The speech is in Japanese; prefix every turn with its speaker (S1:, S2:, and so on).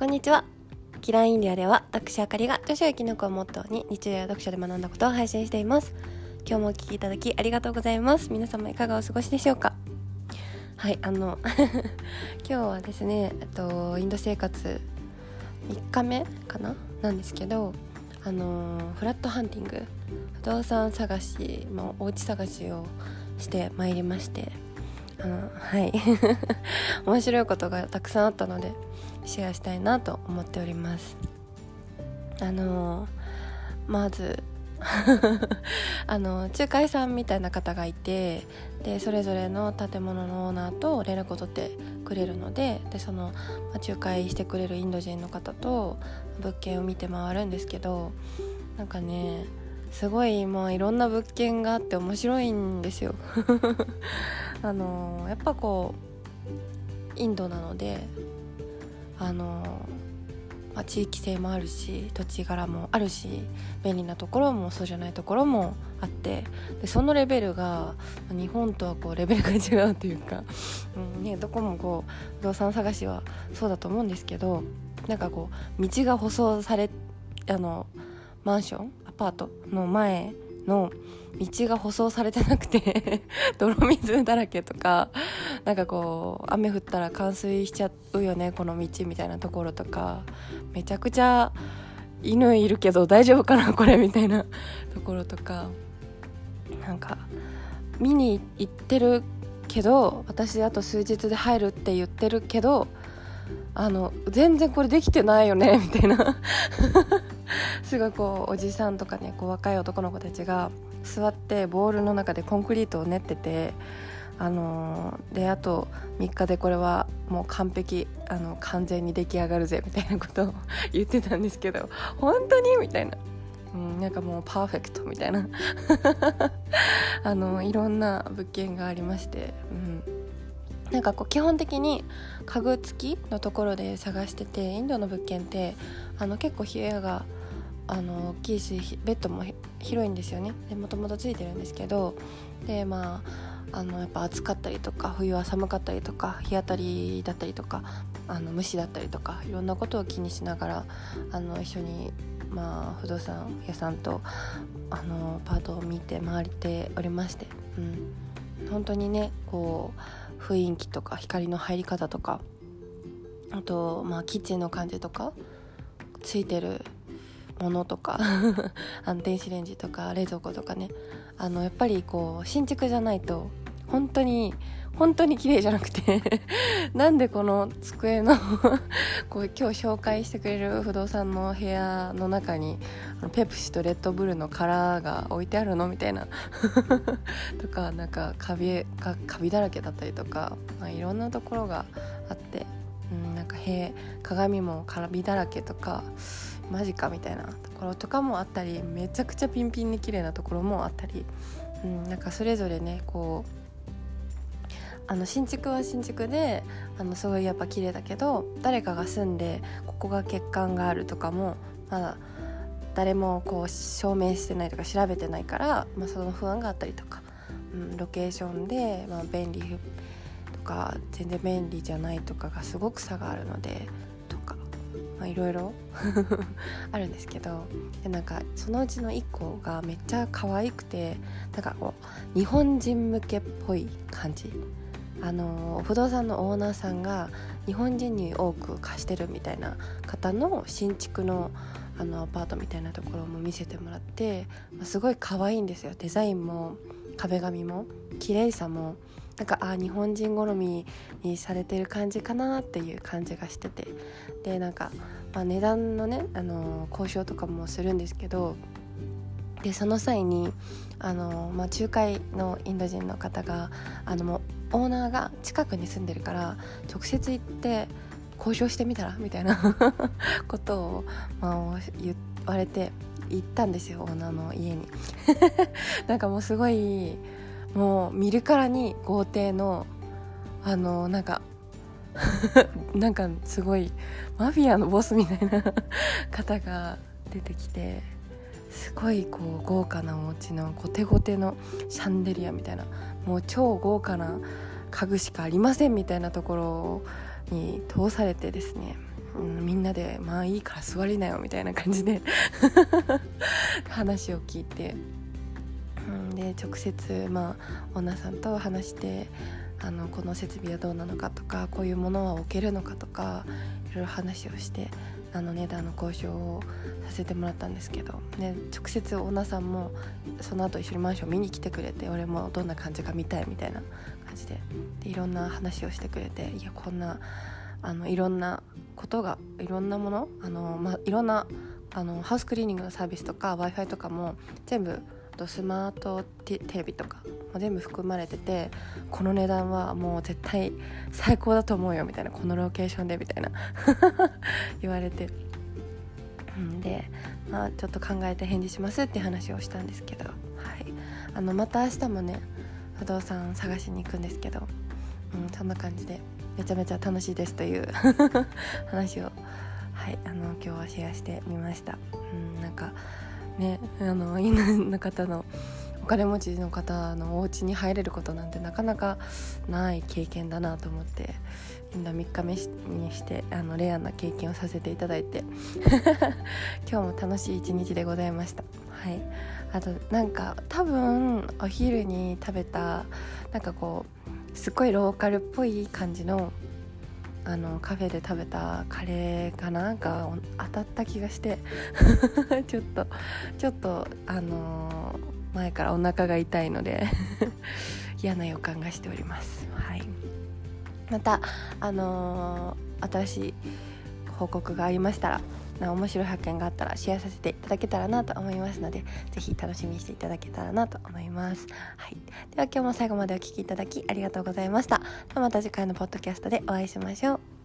S1: こんにちは。キラーインディアでは私あかりが著書や生き抜くをモットーに日常や読書で学んだことを配信しています。今日もお聞きいただきありがとうございます。皆様いかがお過ごしでしょうか。はい、今日はですね、インド生活3日目かななんですけど、フラットハンティング、不動産探し、お家探しをしてまいりまして、はい面白いことがたくさんあったのでシェアしたいなと思っております。まず仲介さんみたいな方がいて、でそれぞれの建物のオーナーと連絡を取ってくれるので、その仲介してくれるインド人の方と物件を見て回るんですけど、なんかねすごいいろんな物件があって面白いんですよやっぱインドなので地域性もあるし土地柄もあるし便利なところもそうじゃないところもあって、でそのレベルが日本とはレベルが違うというか、どこも不動産探しはそうだと思うんですけど、なんか道が舗装されマンションアパートの前の道が舗装されてなくて泥水だらけとか、なんか雨降ったら冠水しちゃうよねこの道みたいなところとか、めちゃくちゃ犬いるけど大丈夫かなこれみたいなところとか、なんか見に行ってるけど私あと数日で入るって言ってるけど全然これできてないよねみたいなすごいおじさんとかね若い男の子たちが座ってボールの中でコンクリートを練ってて、であと3日でこれはもう完璧完全に出来上がるぜみたいなことを言ってたんですけど、本当にみたいな、なんかもうパーフェクトみたいないろんな物件がありまして、なんか基本的に家具付きのところで探してて、インドの物件って結構部屋が大きいしベッドも広いんですよね。でもともとついてるんですけど、でやっぱ暑かったりとか冬は寒かったりとか日当たりだったりとか虫だったりとかいろんなことを気にしながら一緒に不動産屋さんとパートを見て回っておりまして、本当にね雰囲気とか光の入り方とか、あとキッチンの感じとかついてるものとか電子レンジとか冷蔵庫とかね、やっぱり新築じゃないと本当に綺麗じゃなくてなんでこの机の今日紹介してくれる不動産の部屋の中にペプシとレッドブルの殻が置いてあるのみたいなとか、なんかカビだらけだったりとか、いろんなところがあって、なんか鏡もカビだらけとかマジかみたいなところとかもあったり、めちゃくちゃピンピンに綺麗なところもあったり、なんかそれぞれね新築は新築ですごいやっぱ綺麗だけど、誰かが住んでここが欠陥があるとかもまだ誰も証明してないとか調べてないから、その不安があったりとか、ロケーションで、便利とか全然便利じゃないとかがすごく差があるのでとか、いろいろあるんですけど、でなんかそのうちの1個がめっちゃ可愛くて、なんか日本人向けっぽい感じ、不動産のオーナーさんが日本人に多く貸してるみたいな方の新築のアパートみたいなところも見せてもらって、すごい可愛いんですよ。デザインも壁紙も綺麗さもなんか日本人好みにされてる感じかなっていう感じがしてて、でなんか、値段のね交渉とかもするんですけど、でその際に仲介のインド人の方がもうオーナーが近くに住んでるから直接行って交渉してみたらみたいなことを、言われて行ったんですよ、オーナーの家になんかもうすごいもう見るからに豪邸のなんかなんかすごいマフィアのボスみたいな方が出てきて、すごい豪華なお家のゴテゴテのシャンデリアみたいな、もう超豪華な家具しかありませんみたいなところに通されてですね、 みんなでまあいいから座りなよみたいな感じで話を聞いて、で直接オーナーさんと話して、この設備はどうなのかとか、こういうものは置けるのかとか、いろいろ話をして値段の交渉をさせてもらったんですけど、ね、直接オーナーさんもその後一緒にマンション見に来てくれて、俺もどんな感じか見たいみたいな感じでいろんな話をしてくれて、いやこんないろんなことが、いろんなものいろんなハウスクリーニングのサービスとか Wi-Fi とかも全部、スマートテレビとかも全部含まれてて、この値段はもう絶対最高だと思うよみたいな、このロケーションでみたいな言われて、で、ちょっと考えて返事しますって話をしたんですけど、はい、また明日もね不動産探しに行くんですけど、そんな感じでめちゃめちゃ楽しいですという話を、はい、今日はシェアしてみました。なんかね、犬の方のお金持ちの方のお家に入れることなんてなかなかない経験だなと思って、今3日目にしてレアな経験をさせていただいて今日も楽しい一日でございました。はい、あとなんか多分お昼に食べたなんかこうすっごいローカルっぽい感じのカフェで食べたカレーかなんか当たった気がしてちょっと前からお腹が痛いので嫌な予感がしております。はい、また新しい報告がありましたら、面白い発見があったらシェアさせていただけたらなと思いますので、ぜひ楽しみにしていただけたらなと思います。はい、では今日も最後までお聞きいただきありがとうございました。また次回のポッドキャストでお会いしましょう。